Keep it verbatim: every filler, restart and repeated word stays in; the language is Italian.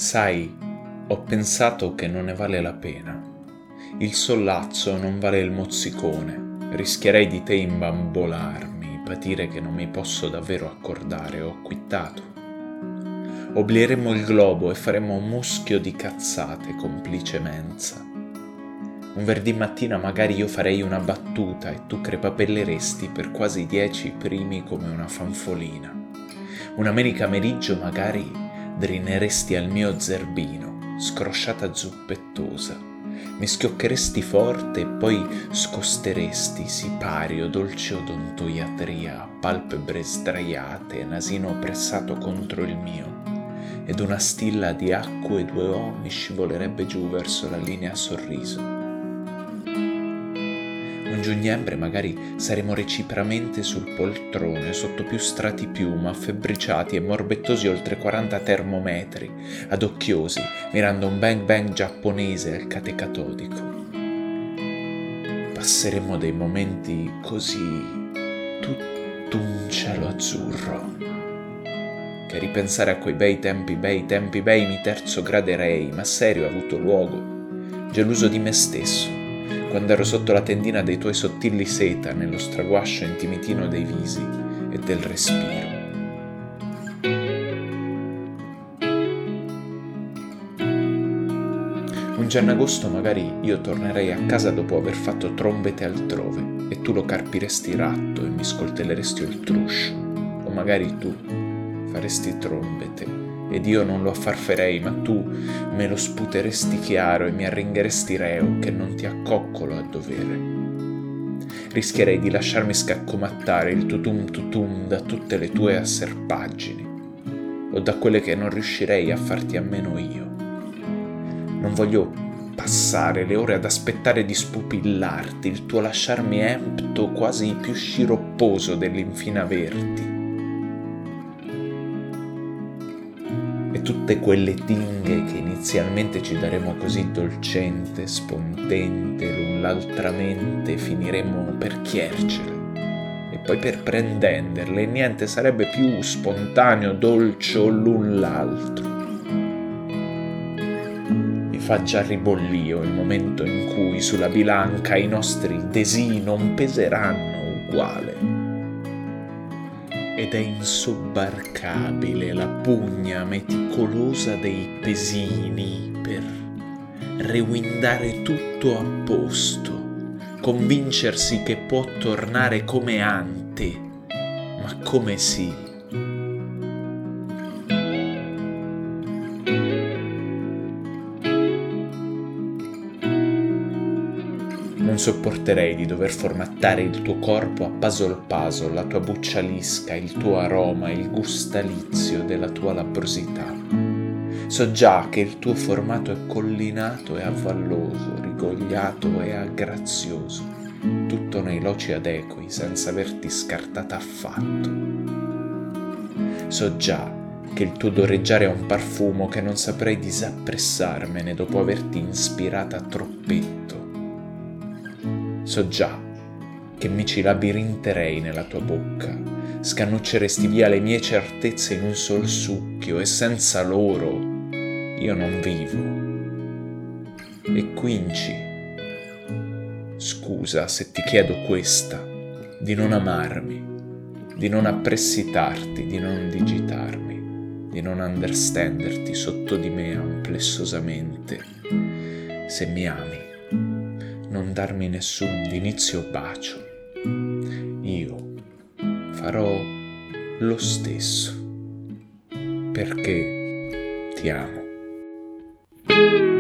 Sai, ho pensato che non ne vale la pena. Il sollazzo non vale il mozzicone. Rischierei di te imbambolarmi, patire che non mi posso davvero accordare. Ho quittato. Oblieremo il globo e faremo un muschio di cazzate, complice mensa. Un verdì mattina magari io farei una battuta e tu crepapelleresti per quasi dieci primi come una fanfolina. Una domenica meriggio magari drineresti al mio zerbino, scrosciata zuppettosa. Mi schioccheresti forte e poi scosteresti sipario, dolce odontoiatria, palpebre sdraiate, nasino pressato contro il mio. Ed una stilla di acqua e due O mi scivolerebbe giù verso la linea sorriso. Un giugnembre magari saremo recipramente sul poltrone, sotto più strati piuma, febbriciati e morbettosi oltre quaranta termometri, adocchiosi, mirando un bang bang giapponese al cate catodico. Passeremo dei momenti così, tutto un cielo azzurro, che a ripensare a quei bei tempi, bei tempi, bei mi terzo graderei, ma serio ha avuto luogo, geloso di me stesso, quando ero sotto la tendina dei tuoi sottili seta, nello straguascio intimitino dei visi e del respiro. Un giorno-agosto magari io tornerei a casa dopo aver fatto trombete altrove e tu lo carpiresti ratto e mi scoltelleresti il truscio, o magari tu faresti trombete ed io non lo affarferei, ma tu me lo sputeresti chiaro e mi arringheresti reo che non ti accoccolo a dovere. Rischierei di lasciarmi scaccomattare il tutum tutum da tutte le tue asserpaggini o da quelle che non riuscirei a farti a meno io. Non voglio passare le ore ad aspettare di spupillarti, il tuo lasciarmi empto quasi più sciropposo dell'infinaverti. E tutte quelle tinghe che inizialmente ci daremo così dolcente, spontente, l'un l'altramente, finiremo per chiercele e poi per prendenderle e niente sarebbe più spontaneo, dolce l'un l'altro. Mi fa già ribollio il momento in cui sulla bilanca i nostri desì non peseranno uguale. Ed è insobbarcabile la pugna meticolosa dei pesini per rewindare tutto a posto, convincersi che può tornare come ante, ma come sì. Non sopporterei di dover formattare il tuo corpo a puzzle puzzle, la tua buccia lisca, il tuo aroma, il gustalizio della tua labbrosità. So già che il tuo formato è collinato e avvalloso, rigogliato e aggrazioso, tutto nei loci adequi, senza averti scartata affatto. So già che il tuo odoreggiare è un parfumo che non saprei disappressarmene dopo averti ispirata troppetto. So già che mi ci labirinterei nella tua bocca, scannucceresti via le mie certezze in un sol succhio e senza loro io non vivo. E quinci, scusa se ti chiedo questa, di non amarmi, di non appressitarti, di non digitarmi, di non understanderti sotto di me amplessosamente. Se mi ami, non darmi nessun d'inizio bacio. Io farò lo stesso, perché ti amo.